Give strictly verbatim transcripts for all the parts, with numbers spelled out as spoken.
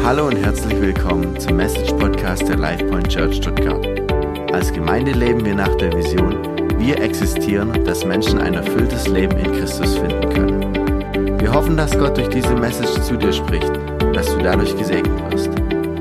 Hallo und herzlich willkommen zum Message-Podcast der LifePoint Church Stuttgart. Als Gemeinde leben wir nach der Vision, wir existieren, dass Menschen ein erfülltes Leben in Christus finden können. Wir hoffen, dass Gott durch diese Message zu dir spricht und dass du dadurch gesegnet wirst.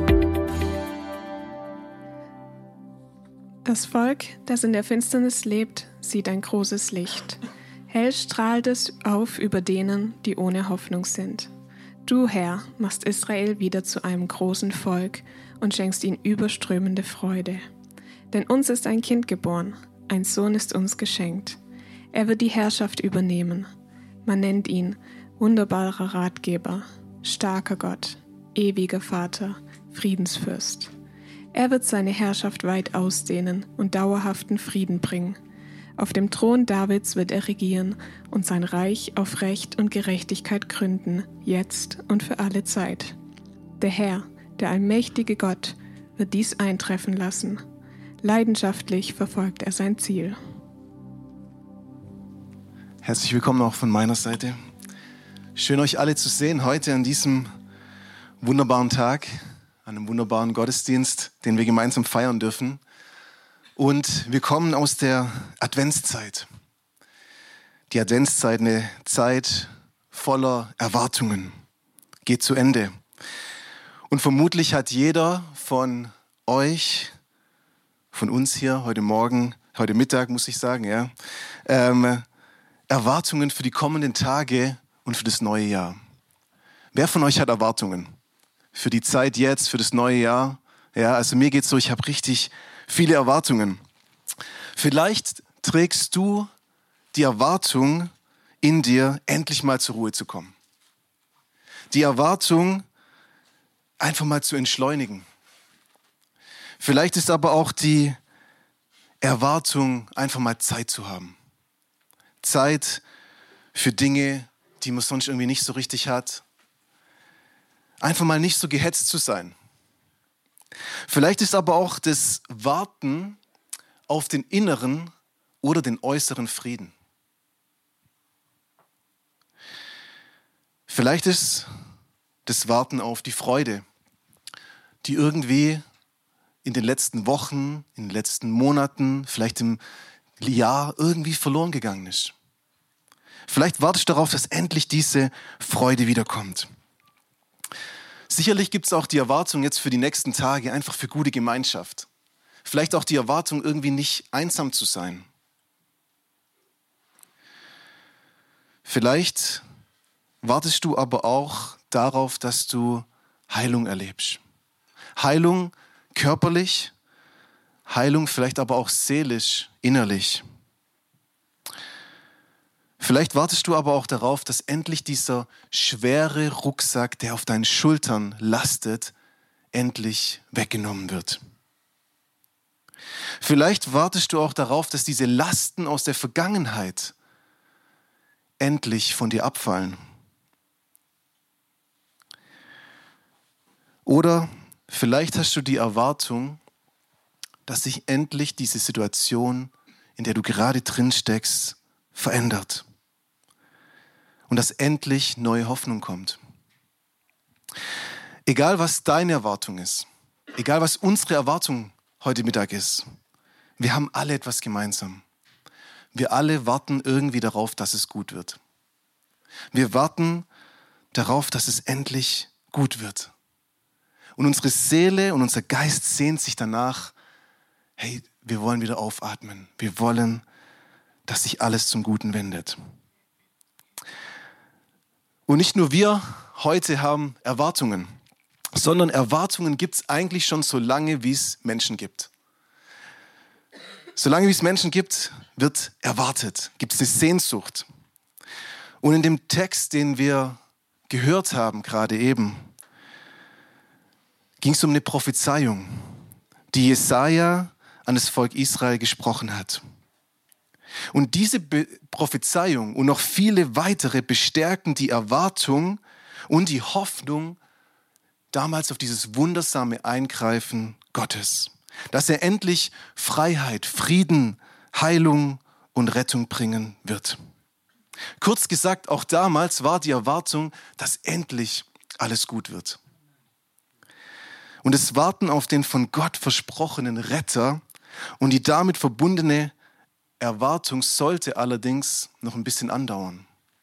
Das Volk, das in der Finsternis lebt, sieht ein großes Licht. Hell strahlt es auf über denen, die ohne Hoffnung sind. Du, Herr, machst Israel wieder zu einem großen Volk und schenkst ihnen überströmende Freude. Denn uns ist ein Kind geboren, ein Sohn ist uns geschenkt. Er wird die Herrschaft übernehmen. Man nennt ihn wunderbarer Ratgeber, starker Gott, ewiger Vater, Friedensfürst. Er wird seine Herrschaft weit ausdehnen und dauerhaften Frieden bringen. Auf dem Thron Davids wird er regieren und sein Reich auf Recht und Gerechtigkeit gründen, jetzt und für alle Zeit. Der Herr, der allmächtige Gott, wird dies eintreffen lassen. Leidenschaftlich verfolgt er sein Ziel. Herzlich willkommen auch von meiner Seite. Schön, euch alle zu sehen heute an diesem wunderbaren Tag, an einem wunderbaren Gottesdienst, den wir gemeinsam feiern dürfen. Und wir kommen aus der Adventszeit. Die Adventszeit, eine Zeit voller Erwartungen, geht zu Ende. Und vermutlich hat jeder von euch, von uns hier heute Morgen, heute Mittag muss ich sagen, ja, ähm, Erwartungen für die kommenden Tage und für das neue Jahr. Wer von euch hat Erwartungen für die Zeit jetzt, für das neue Jahr? Ja, also mir geht's so, ich habe richtig viele Erwartungen. Vielleicht trägst du die Erwartung in dir, endlich mal zur Ruhe zu kommen. Die Erwartung, einfach mal zu entschleunigen. Vielleicht ist aber auch die Erwartung, einfach mal Zeit zu haben. Zeit für Dinge, die man sonst irgendwie nicht so richtig hat. Einfach mal nicht so gehetzt zu sein. Vielleicht ist aber auch das Warten auf den inneren oder den äußeren Frieden. Vielleicht ist das Warten auf die Freude, die irgendwie in den letzten Wochen, in den letzten Monaten, vielleicht im Jahr irgendwie verloren gegangen ist. Vielleicht wartest du darauf, dass endlich diese Freude wiederkommt. Sicherlich gibt es auch die Erwartung jetzt für die nächsten Tage, einfach für gute Gemeinschaft. Vielleicht auch die Erwartung, irgendwie nicht einsam zu sein. Vielleicht wartest du aber auch darauf, dass du Heilung erlebst. Heilung körperlich, Heilung vielleicht aber auch seelisch, innerlich. Vielleicht wartest du aber auch darauf, dass endlich dieser schwere Rucksack, der auf deinen Schultern lastet, endlich weggenommen wird. Vielleicht wartest du auch darauf, dass diese Lasten aus der Vergangenheit endlich von dir abfallen. Oder vielleicht hast du die Erwartung, dass sich endlich diese Situation, in der du gerade drin steckst, verändert. Und dass endlich neue Hoffnung kommt. Egal, was deine Erwartung ist, egal, was unsere Erwartung heute Mittag ist, wir haben alle etwas gemeinsam. Wir alle warten irgendwie darauf, dass es gut wird. Wir warten darauf, dass es endlich gut wird. Und unsere Seele und unser Geist sehnt sich danach, hey, wir wollen wieder aufatmen. Wir wollen, dass sich alles zum Guten wendet. Und nicht nur wir heute haben Erwartungen, sondern Erwartungen gibt es eigentlich schon so lange, wie es Menschen gibt. Solange wie es Menschen gibt, wird erwartet, gibt es eine Sehnsucht. Und in dem Text, den wir gehört haben, gerade eben, ging es um eine Prophezeiung, die Jesaja an das Volk Israel gesprochen hat. Und diese Be- Prophezeiung und noch viele weitere bestärken die Erwartung und die Hoffnung damals auf dieses wundersame Eingreifen Gottes. Dass er endlich Freiheit, Frieden, Heilung und Rettung bringen wird. Kurz gesagt, auch damals war die Erwartung, dass endlich alles gut wird. und das Warten auf den von Gott versprochenen Retter und die damit verbundene Erwartung sollte allerdings noch ein bisschen andauern.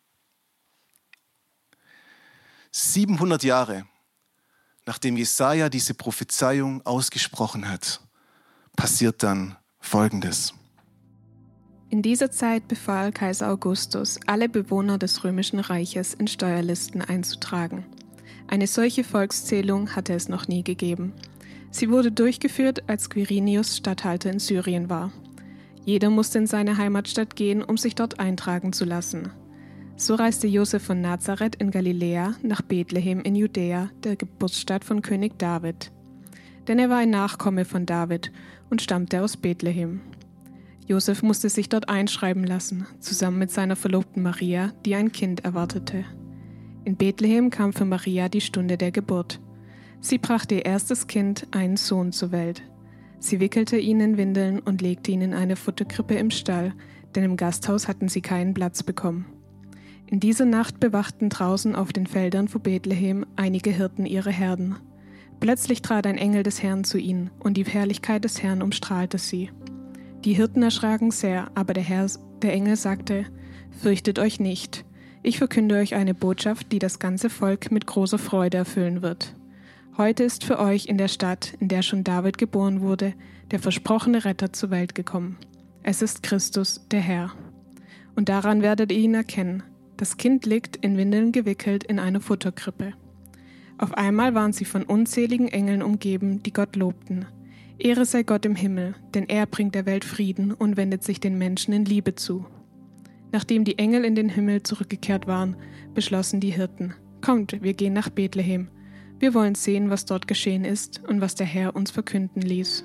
siebenhundert Jahre nachdem Jesaja diese Prophezeiung ausgesprochen hat, passiert dann Folgendes. In dieser Zeit befahl Kaiser Augustus, alle Bewohner des Römischen Reiches in Steuerlisten einzutragen. Eine solche Volkszählung hatte es noch nie gegeben. Sie wurde durchgeführt, als Quirinius Statthalter in Syrien war. Jeder musste in seine Heimatstadt gehen, um sich dort eintragen zu lassen. So reiste Josef von Nazareth in Galiläa nach Bethlehem in Judäa, der Geburtsstadt von König David. Denn er war ein Nachkomme von David und stammte aus Bethlehem. Josef musste sich dort einschreiben lassen, zusammen mit seiner Verlobten Maria, die ein Kind erwartete. In Bethlehem kam für Maria die Stunde der Geburt. Sie brachte ihr erstes Kind, einen Sohn, zur Welt. Sie wickelte ihn in Windeln und legte ihn in eine Futterkrippe im Stall, denn im Gasthaus hatten sie keinen Platz bekommen. In dieser Nacht bewachten draußen auf den Feldern vor Bethlehem einige Hirten ihre Herden. Plötzlich trat ein Engel des Herrn zu ihnen, und die Herrlichkeit des Herrn umstrahlte sie. Die Hirten erschraken sehr, aber der Herr, der Engel sagte: Fürchtet euch nicht. Ich verkünde euch eine Botschaft, die das ganze Volk mit großer Freude erfüllen wird. Heute ist für euch in der Stadt, in der schon David geboren wurde, der versprochene Retter zur Welt gekommen. Es ist Christus, der Herr. Und daran werdet ihr ihn erkennen. Das Kind liegt, in Windeln gewickelt, in einer Futterkrippe. Auf einmal waren sie von unzähligen Engeln umgeben, die Gott lobten. Ehre sei Gott im Himmel, denn er bringt der Welt Frieden und wendet sich den Menschen in Liebe zu. Nachdem die Engel in den Himmel zurückgekehrt waren, beschlossen die Hirten: Kommt, wir gehen nach Bethlehem. Wir wollen sehen, was dort geschehen ist und was der Herr uns verkünden ließ.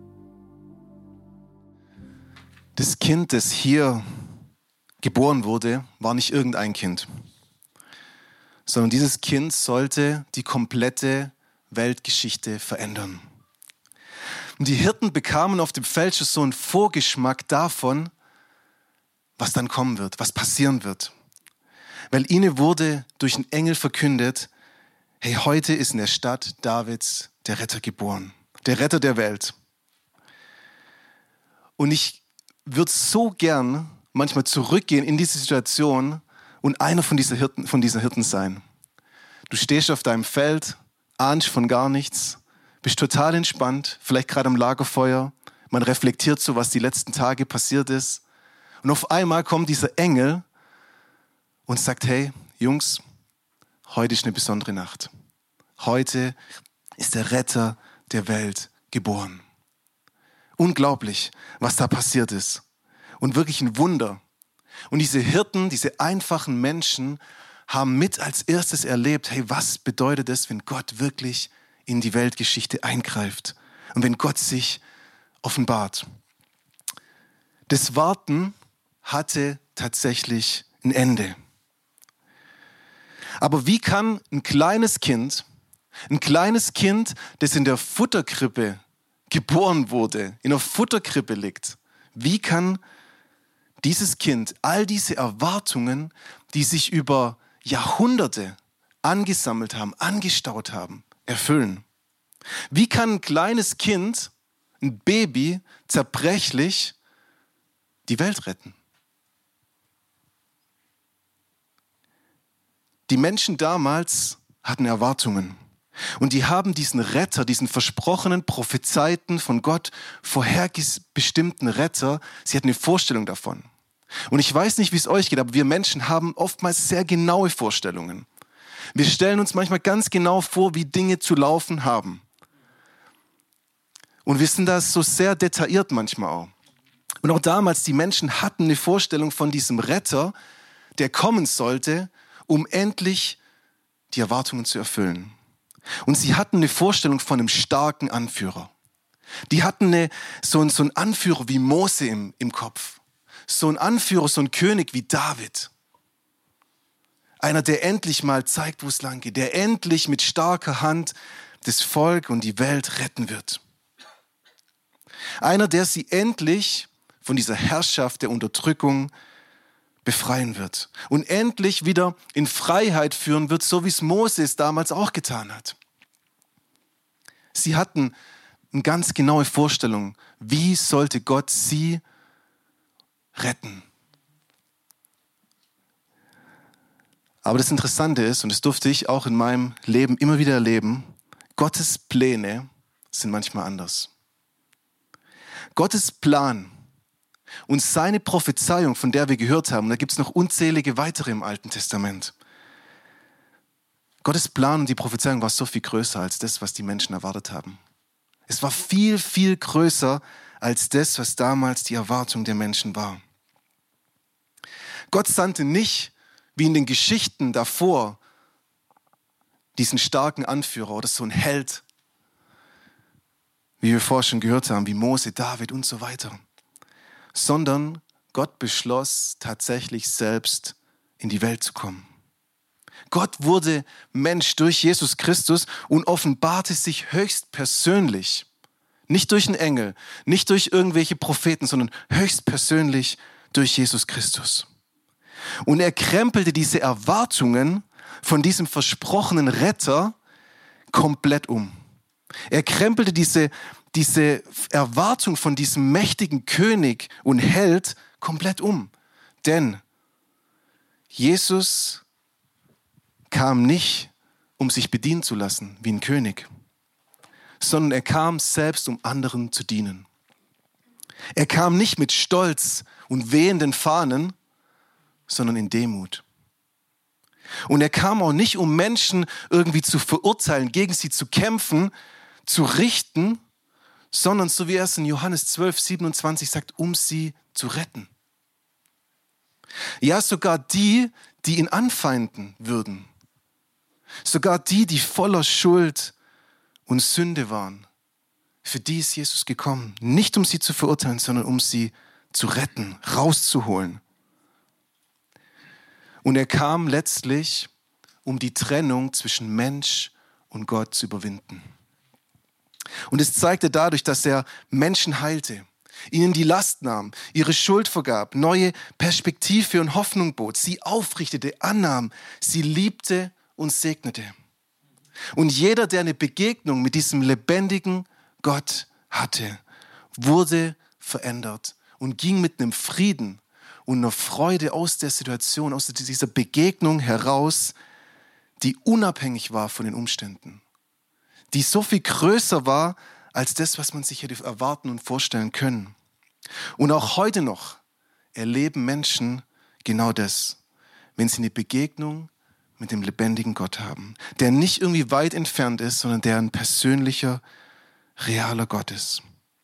Das Kind, das hier geboren wurde, war nicht irgendein Kind, sondern dieses Kind sollte die komplette Weltgeschichte verändern. Und die Hirten bekamen auf dem Feld schon so einen Vorgeschmack davon, was dann kommen wird, was passieren wird. Weil ihnen wurde durch einen Engel verkündet: Hey, heute ist in der Stadt Davids der Retter geboren, der Retter der Welt. Und ich würde so gern manchmal zurückgehen in diese Situation und einer von diesen Hirten, von diesen Hirten sein. Du stehst auf deinem Feld, ahnst von gar nichts, bist total entspannt, vielleicht gerade am Lagerfeuer, man reflektiert so, was die letzten Tage passiert ist. Und auf einmal kommt dieser Engel und sagt: Hey, Jungs, heute ist eine besondere Nacht. Heute ist der Retter der Welt geboren. Unglaublich, was da passiert ist. Und wirklich ein Wunder. Und diese Hirten, diese einfachen Menschen haben mit als erstes erlebt: Hey, was bedeutet es, wenn Gott wirklich in die Weltgeschichte eingreift und wenn Gott sich offenbart. Das Warten hatte tatsächlich ein Ende. Aber wie kann ein kleines Kind, ein kleines Kind, das in der Futterkrippe geboren wurde, in der Futterkrippe liegt, wie kann dieses Kind all diese Erwartungen, die sich über Jahrhunderte angesammelt haben, angestaut haben, erfüllen? Wie kann ein kleines Kind, ein Baby, zerbrechlich die Welt retten? Die Menschen damals hatten Erwartungen. Und die haben diesen Retter, diesen versprochenen, prophezeiten, von Gott vorherbestimmten Retter, sie hatten eine Vorstellung davon. Und ich weiß nicht, wie es euch geht, aber wir Menschen haben oftmals sehr genaue Vorstellungen. Wir stellen uns manchmal ganz genau vor, wie Dinge zu laufen haben. Und wir sind da so sehr detailliert manchmal auch. Und auch damals, die Menschen hatten eine Vorstellung von diesem Retter, der kommen sollte, um endlich die Erwartungen zu erfüllen. Und sie hatten eine Vorstellung von einem starken Anführer. Die hatten eine, so, einen, so einen Anführer wie Mose im, im Kopf. So ein Anführer, so ein König wie David. Einer, der endlich mal zeigt, wo es lang geht. Der endlich mit starker Hand das Volk und die Welt retten wird. Einer, der sie endlich von dieser Herrschaft der Unterdrückung befreien wird. Und endlich wieder in Freiheit führen wird, so wie es Mose es damals auch getan hat. Sie hatten eine ganz genaue Vorstellung, wie sollte Gott sie retten. Aber das Interessante ist, und das durfte ich auch in meinem Leben immer wieder erleben, Gottes Pläne sind manchmal anders. Gottes Plan und seine Prophezeiung, von der wir gehört haben, da gibt es noch unzählige weitere im Alten Testament. Gottes Plan und die Prophezeiung war so viel größer als das, was die Menschen erwartet haben. Es war viel, viel größer als das, was damals die Erwartung der Menschen war. Gott sandte nicht, wie in den Geschichten davor, diesen starken Anführer oder so ein Held, wie wir vorher schon gehört haben, wie Mose, David und so weiter, sondern Gott beschloss tatsächlich selbst in die Welt zu kommen. Gott wurde Mensch durch Jesus Christus und offenbarte sich höchst persönlich. Nicht durch einen Engel, nicht durch irgendwelche Propheten, sondern höchst persönlich durch Jesus Christus. Und er krempelte diese Erwartungen von diesem versprochenen Retter komplett um. Er krempelte diese, diese Erwartung von diesem mächtigen König und Held komplett um. Denn Jesus kam nicht, um sich bedienen zu lassen wie ein König, sondern er kam selbst, um anderen zu dienen. Er kam nicht mit Stolz und wehenden Fahnen, sondern in Demut. Und er kam auch nicht, um Menschen irgendwie zu verurteilen, gegen sie zu kämpfen, zu richten, sondern, so wie er es in Johannes zwölf, siebenundzwanzig sagt, um sie zu retten. Ja, sogar die, die ihn anfeinden würden. Sogar die, die voller Schuld und Sünde waren. Für die ist Jesus gekommen. Nicht um sie zu verurteilen, sondern um sie zu retten, rauszuholen. Und er kam letztlich, um die Trennung zwischen Mensch und Gott zu überwinden. Und es zeigte dadurch, dass er Menschen heilte, ihnen die Last nahm, ihre Schuld vergab, neue Perspektive und Hoffnung bot, sie aufrichtete, annahm, sie liebte und segnete. Und jeder, der eine Begegnung mit diesem lebendigen Gott hatte, wurde verändert und ging mit einem Frieden und einer Freude aus der Situation, aus dieser Begegnung heraus, die unabhängig war von den Umständen, die so viel größer war als das, was man sich hätte erwarten und vorstellen können. Und auch heute noch erleben Menschen genau das, wenn sie eine Begegnung mit dem lebendigen Gott haben, der nicht irgendwie weit entfernt ist, sondern der ein persönlicher, realer Gott ist.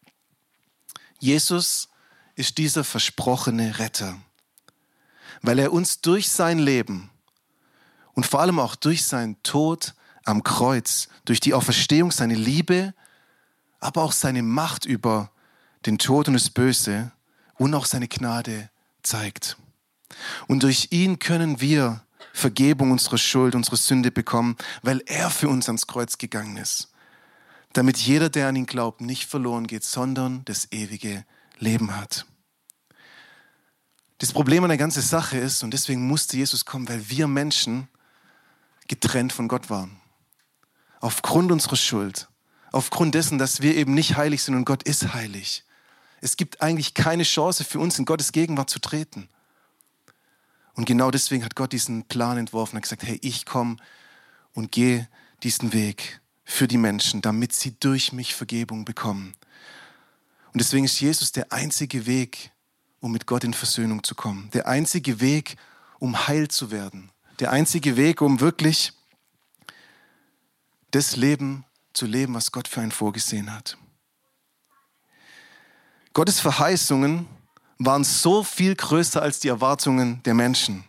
Jesus ist dieser versprochene Retter, weil er uns durch sein Leben und vor allem auch durch seinen Tod am Kreuz, durch die Auferstehung, seine Liebe, aber auch seine Macht über den Tod und das Böse und auch seine Gnade zeigt. Und durch ihn können wir Vergebung unserer Schuld, unserer Sünde bekommen, weil er für uns ans Kreuz gegangen ist. Damit jeder, der an ihn glaubt, nicht verloren geht, sondern das ewige Leben hat. Das Problem an der ganzen Sache ist, und deswegen musste Jesus kommen, weil wir Menschen getrennt von Gott waren. Aufgrund unserer Schuld. Aufgrund dessen, dass wir eben nicht heilig sind und Gott ist heilig. Es gibt eigentlich keine Chance für uns, in Gottes Gegenwart zu treten. Und genau deswegen hat Gott diesen Plan entworfen und gesagt, hey, ich komme und gehe diesen Weg für die Menschen, damit sie durch mich Vergebung bekommen. Und deswegen ist Jesus der einzige Weg, um mit Gott in Versöhnung zu kommen. Der einzige Weg, um heil zu werden. Der einzige Weg, um wirklich das Leben zu leben, was Gott für einen vorgesehen hat. Gottes Verheißungen waren so viel größer als die Erwartungen der Menschen.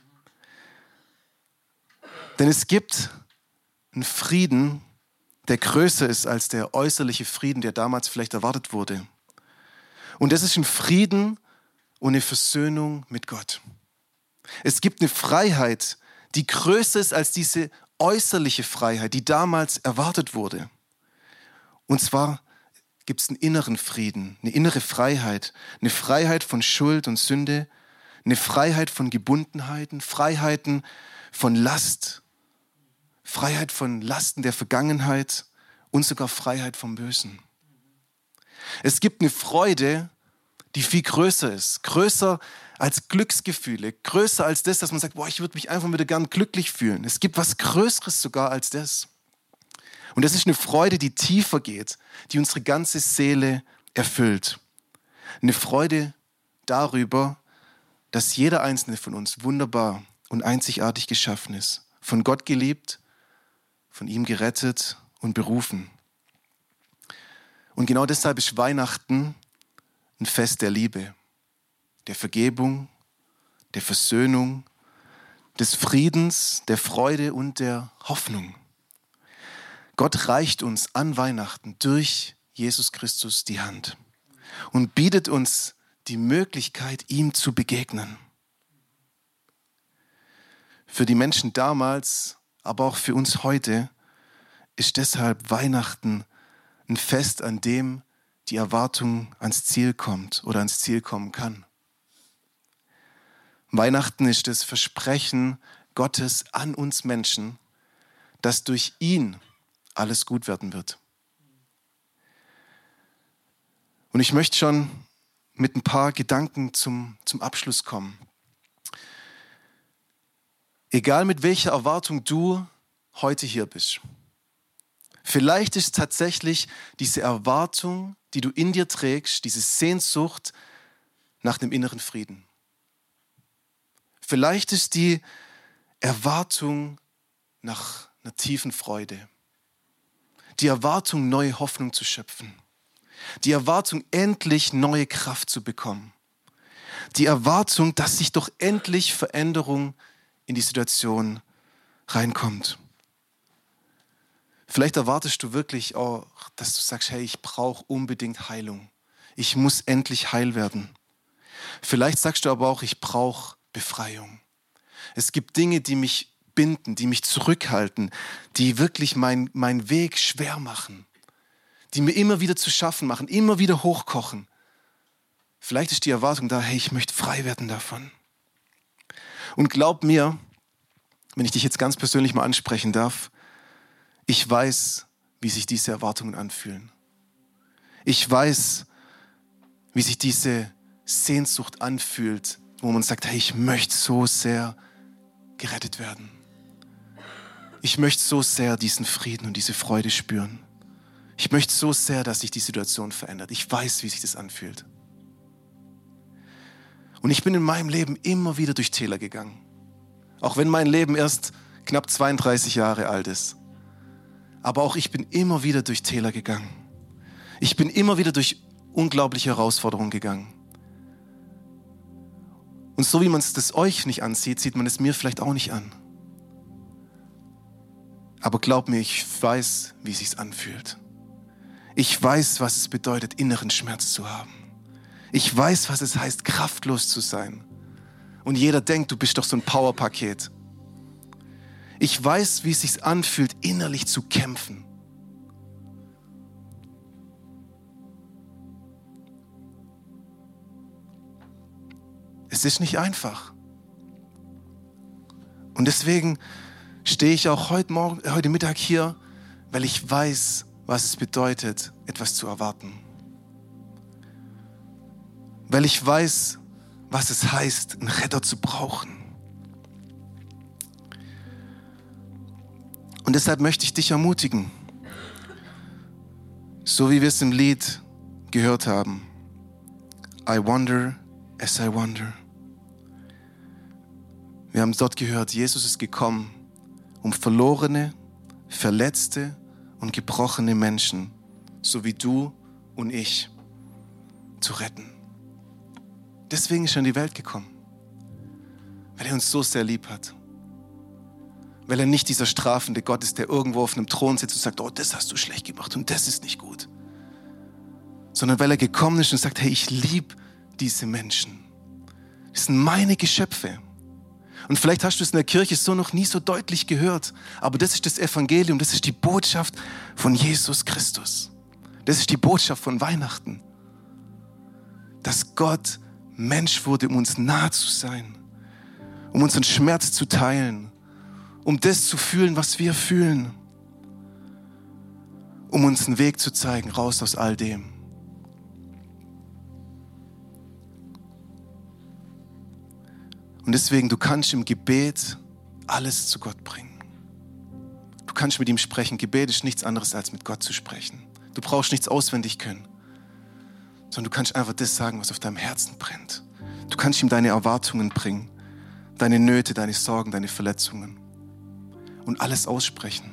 Denn es gibt einen Frieden, der größer ist als der äußerliche Frieden, der damals vielleicht erwartet wurde. Und das ist ein Frieden und eine Versöhnung mit Gott. Es gibt eine Freiheit, die größer ist als diese äußerliche Freiheit, die damals erwartet wurde. Und zwar gibt es einen inneren Frieden, eine innere Freiheit, eine Freiheit von Schuld und Sünde, eine Freiheit von Gebundenheiten, Freiheiten von Last, Freiheit von Lasten der Vergangenheit und sogar Freiheit vom Bösen. Es gibt eine Freude, die viel größer ist, größer als Glücksgefühle, größer als das, dass man sagt, boah, ich würde mich einfach wieder gern glücklich fühlen. Es gibt was Größeres sogar als das. Und das ist eine Freude, die tiefer geht, die unsere ganze Seele erfüllt. Eine Freude darüber, dass jeder einzelne von uns wunderbar und einzigartig geschaffen ist, von Gott geliebt, von ihm gerettet und berufen. Und genau deshalb ist Weihnachten ein Fest der Liebe, der Vergebung, der Versöhnung, des Friedens, der Freude und der Hoffnung. Gott reicht uns an Weihnachten durch Jesus Christus die Hand und bietet uns die Möglichkeit, ihm zu begegnen. Für die Menschen damals, aber auch für uns heute, ist deshalb Weihnachten ein Fest, an dem die Erwartung ans Ziel kommt oder ans Ziel kommen kann. Weihnachten ist das Versprechen Gottes an uns Menschen, dass durch ihn alles gut werden wird. Und ich möchte schon mit ein paar Gedanken zum, zum Abschluss kommen. Egal mit welcher Erwartung du heute hier bist, vielleicht ist tatsächlich diese Erwartung, die du in dir trägst, diese Sehnsucht nach dem inneren Frieden. Vielleicht ist die Erwartung nach einer tiefen Freude. Die Erwartung, neue Hoffnung zu schöpfen. Die Erwartung, endlich neue Kraft zu bekommen. Die Erwartung, dass sich doch endlich Veränderung in die Situation reinkommt. Vielleicht erwartest du wirklich auch, dass du sagst, hey, ich brauche unbedingt Heilung. Ich muss endlich heil werden. Vielleicht sagst du aber auch, ich brauche Befreiung. Es gibt Dinge, die mich binden, die mich zurückhalten, die wirklich mein, mein Weg schwer machen, die mir immer wieder zu schaffen machen, immer wieder hochkochen. Vielleicht ist die Erwartung da, hey, ich möchte frei werden davon. Und glaub mir, wenn ich dich jetzt ganz persönlich mal ansprechen darf, ich weiß, wie sich diese Erwartungen anfühlen. Ich weiß, wie sich diese Sehnsucht anfühlt, wo man sagt, hey, ich möchte so sehr gerettet werden. Ich möchte so sehr diesen Frieden und diese Freude spüren. Ich möchte so sehr, dass sich die Situation verändert. Ich weiß, wie sich das anfühlt. Und ich bin in meinem Leben immer wieder durch Täler gegangen. Auch wenn mein Leben erst knapp zweiunddreißig Jahre alt ist. Aber auch ich bin immer wieder durch Täler gegangen. Ich bin immer wieder durch unglaubliche Herausforderungen gegangen. Und so wie man es das euch nicht ansieht, sieht man es mir vielleicht auch nicht an. Aber glaub mir, ich weiß, wie es sich anfühlt. Ich weiß, was es bedeutet, inneren Schmerz zu haben. Ich weiß, was es heißt, kraftlos zu sein. Und jeder denkt, du bist doch so ein Powerpaket. Ich weiß, wie es sich anfühlt, innerlich zu kämpfen. Es ist nicht einfach. Und deswegen stehe ich auch heute Morgen, heute Mittag hier, weil ich weiß, was es bedeutet, etwas zu erwarten. Weil ich weiß, was es heißt, einen Retter zu brauchen. Und deshalb möchte ich dich ermutigen, so wie wir es im Lied gehört haben. I wonder as I wonder. Wir haben dort gehört, Jesus ist gekommen, um verlorene, verletzte und gebrochene Menschen, so wie du und ich, zu retten. Deswegen ist er in die Welt gekommen, weil er uns so sehr lieb hat. Weil er nicht dieser strafende Gott ist, der irgendwo auf einem Thron sitzt und sagt, oh, das hast du schlecht gemacht und das ist nicht gut. Sondern weil er gekommen ist und sagt, hey, ich liebe diese Menschen. Das sind meine Geschöpfe. Und vielleicht hast du es in der Kirche so noch nie so deutlich gehört, aber das ist das Evangelium, das ist die Botschaft von Jesus Christus. Das ist die Botschaft von Weihnachten. Dass Gott Mensch wurde, um uns nah zu sein, um unseren Schmerz zu teilen, um das zu fühlen, was wir fühlen, um uns einen Weg zu zeigen, raus aus all dem. Und deswegen, du kannst im Gebet alles zu Gott bringen. Du kannst mit ihm sprechen. Gebet ist nichts anderes, als mit Gott zu sprechen. Du brauchst nichts auswendig können, sondern du kannst einfach das sagen, was auf deinem Herzen brennt. Du kannst ihm deine Erwartungen bringen, deine Nöte, deine Sorgen, deine Verletzungen und alles aussprechen.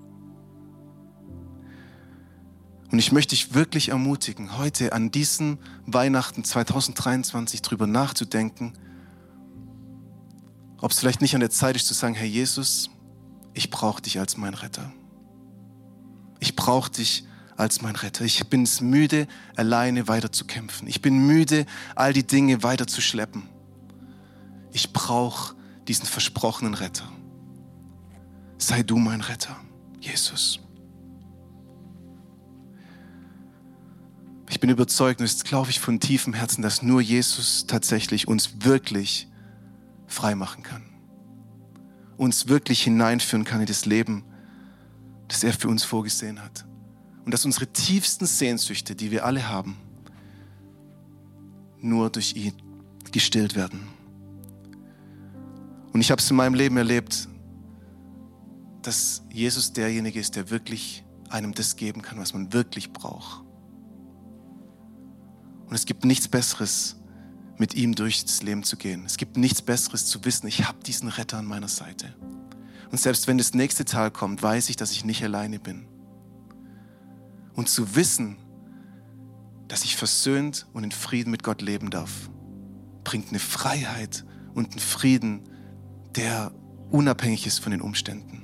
Und ich möchte dich wirklich ermutigen, heute an diesen Weihnachten zwanzig dreiundzwanzig drüber nachzudenken, ob es vielleicht nicht an der Zeit ist zu sagen, Herr Jesus, ich brauche dich als mein Retter. Ich brauche dich als mein Retter. Ich bin es müde, alleine weiterzukämpfen. Ich bin müde, all die Dinge weiterzuschleppen. Ich brauche diesen versprochenen Retter. Sei du mein Retter, Jesus. Ich bin überzeugt, und das glaube ich von tiefem Herzen, dass nur Jesus tatsächlich uns wirklich frei machen kann. Uns wirklich hineinführen kann in das Leben, das er für uns vorgesehen hat. Und dass unsere tiefsten Sehnsüchte, die wir alle haben, nur durch ihn gestillt werden. Und ich habe es in meinem Leben erlebt, dass Jesus derjenige ist, der wirklich einem das geben kann, was man wirklich braucht. Und es gibt nichts Besseres, mit ihm durchs Leben zu gehen. Es gibt nichts Besseres zu wissen, ich habe diesen Retter an meiner Seite. Und selbst wenn das nächste Tal kommt, weiß ich, dass ich nicht alleine bin. Und zu wissen, dass ich versöhnt und in Frieden mit Gott leben darf, bringt eine Freiheit und einen Frieden, der unabhängig ist von den Umständen.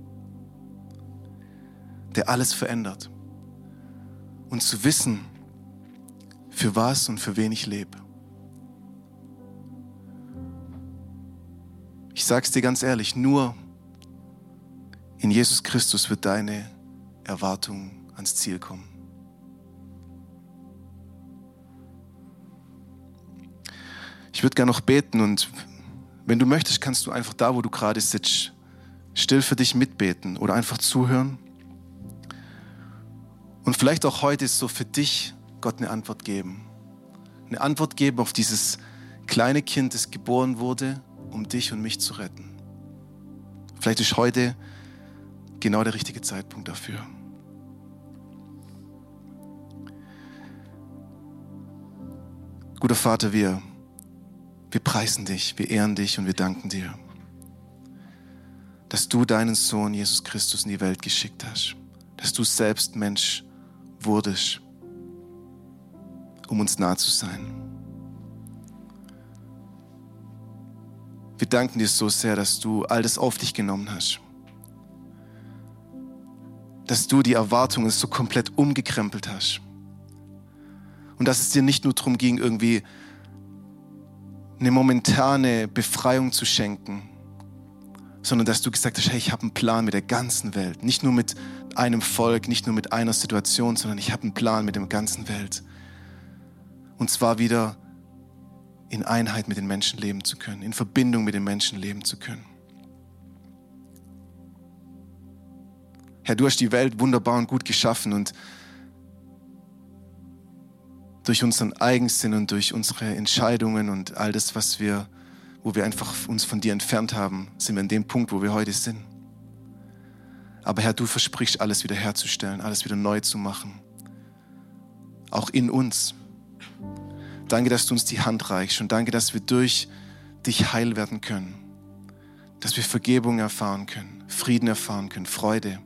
Der alles verändert. Und zu wissen, für was und für wen ich lebe. Ich sage es dir ganz ehrlich, nur in Jesus Christus wird deine Erwartung ans Ziel kommen. Ich würde gerne noch beten und wenn du möchtest, kannst du einfach da, wo du gerade sitzt, still für dich mitbeten oder einfach zuhören. Und vielleicht auch heute so für dich Gott eine Antwort geben. Eine Antwort geben auf dieses kleine Kind, das geboren wurde, um dich und mich zu retten. Vielleicht ist heute genau der richtige Zeitpunkt dafür. Guter Vater, wir, wir preisen dich, wir ehren dich und wir danken dir, dass du deinen Sohn Jesus Christus in die Welt geschickt hast, dass du selbst Mensch wurdest, um uns nah zu sein. Wir danken dir so sehr, dass du all das auf dich genommen hast. Dass du die Erwartungen so komplett umgekrempelt hast. Und dass es dir nicht nur darum ging, irgendwie eine momentane Befreiung zu schenken, sondern dass du gesagt hast, hey, ich habe einen Plan mit der ganzen Welt. Nicht nur mit einem Volk, nicht nur mit einer Situation, sondern ich habe einen Plan mit der ganzen Welt. Und zwar wieder in Einheit mit den Menschen leben zu können, in Verbindung mit den Menschen leben zu können. Herr, du hast die Welt wunderbar und gut geschaffen und durch unseren Eigensinn und durch unsere Entscheidungen und all das, was wir, wo wir einfach uns von dir entfernt haben, sind wir an dem Punkt, wo wir heute sind. Aber Herr, du versprichst, alles wieder herzustellen, alles wieder neu zu machen. Auch in uns. Danke, dass du uns die Hand reichst und danke, dass wir durch dich heil werden können. Dass wir Vergebung erfahren können, Frieden erfahren können, Freude.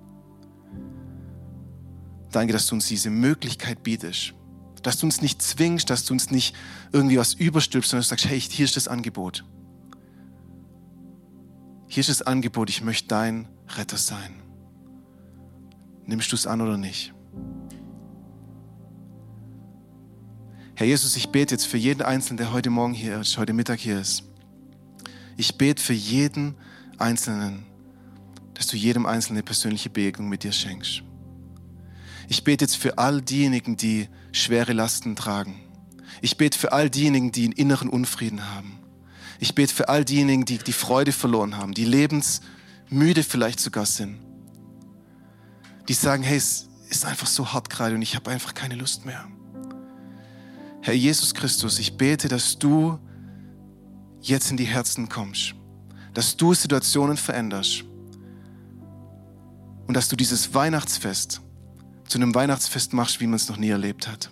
Danke, dass du uns diese Möglichkeit bietest. Dass du uns nicht zwingst, dass du uns nicht irgendwie was überstülpst, sondern dass du sagst, hey, hier ist das Angebot. Hier ist das Angebot, ich möchte dein Retter sein. Nimmst du es an oder nicht? Herr Jesus, ich bete jetzt für jeden Einzelnen, der heute Morgen hier ist, heute Mittag hier ist. Ich bete für jeden Einzelnen, dass du jedem Einzelnen eine persönliche Begegnung mit dir schenkst. Ich bete jetzt für all diejenigen, die schwere Lasten tragen. Ich bete für all diejenigen, die einen inneren Unfrieden haben. Ich bete für all diejenigen, die die Freude verloren haben, die lebensmüde vielleicht sogar sind. Die sagen, hey, es, ist einfach so hart gerade und ich habe einfach keine Lust mehr. Herr Jesus Christus, ich bete, dass du jetzt in die Herzen kommst, dass du Situationen veränderst und dass du dieses Weihnachtsfest zu einem Weihnachtsfest machst, wie man es noch nie erlebt hat.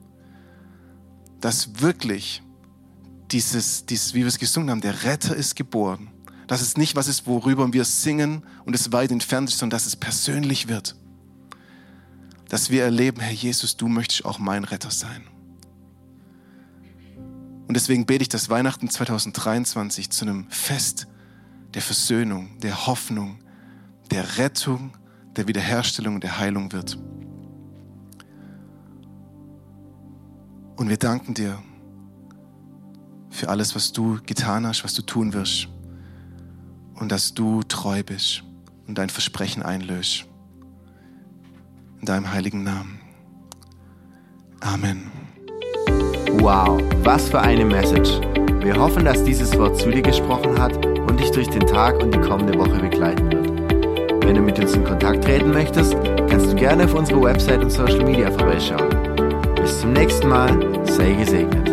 Dass wirklich dieses, dieses, wie wir es gesungen haben, der Retter ist geboren. Dass es nicht was ist, worüber wir singen und es weit entfernt ist, sondern dass es persönlich wird. Dass wir erleben, Herr Jesus, du möchtest auch mein Retter sein. Und deswegen bete ich, dass Weihnachten zwanzig dreiundzwanzig zu einem Fest der Versöhnung, der Hoffnung, der Rettung, der Wiederherstellung und der Heilung wird. Und wir danken dir für alles, was du getan hast, was du tun wirst. Und dass du treu bist und dein Versprechen einlöst. In deinem heiligen Namen. Amen. Wow, was für eine Message. Wir hoffen, dass dieses Wort zu dir gesprochen hat und dich durch den Tag und die kommende Woche begleiten wird. Wenn du mit uns in Kontakt treten möchtest, kannst du gerne auf unsere Website und Social Media vorbeischauen. Bis zum nächsten Mal, sei gesegnet.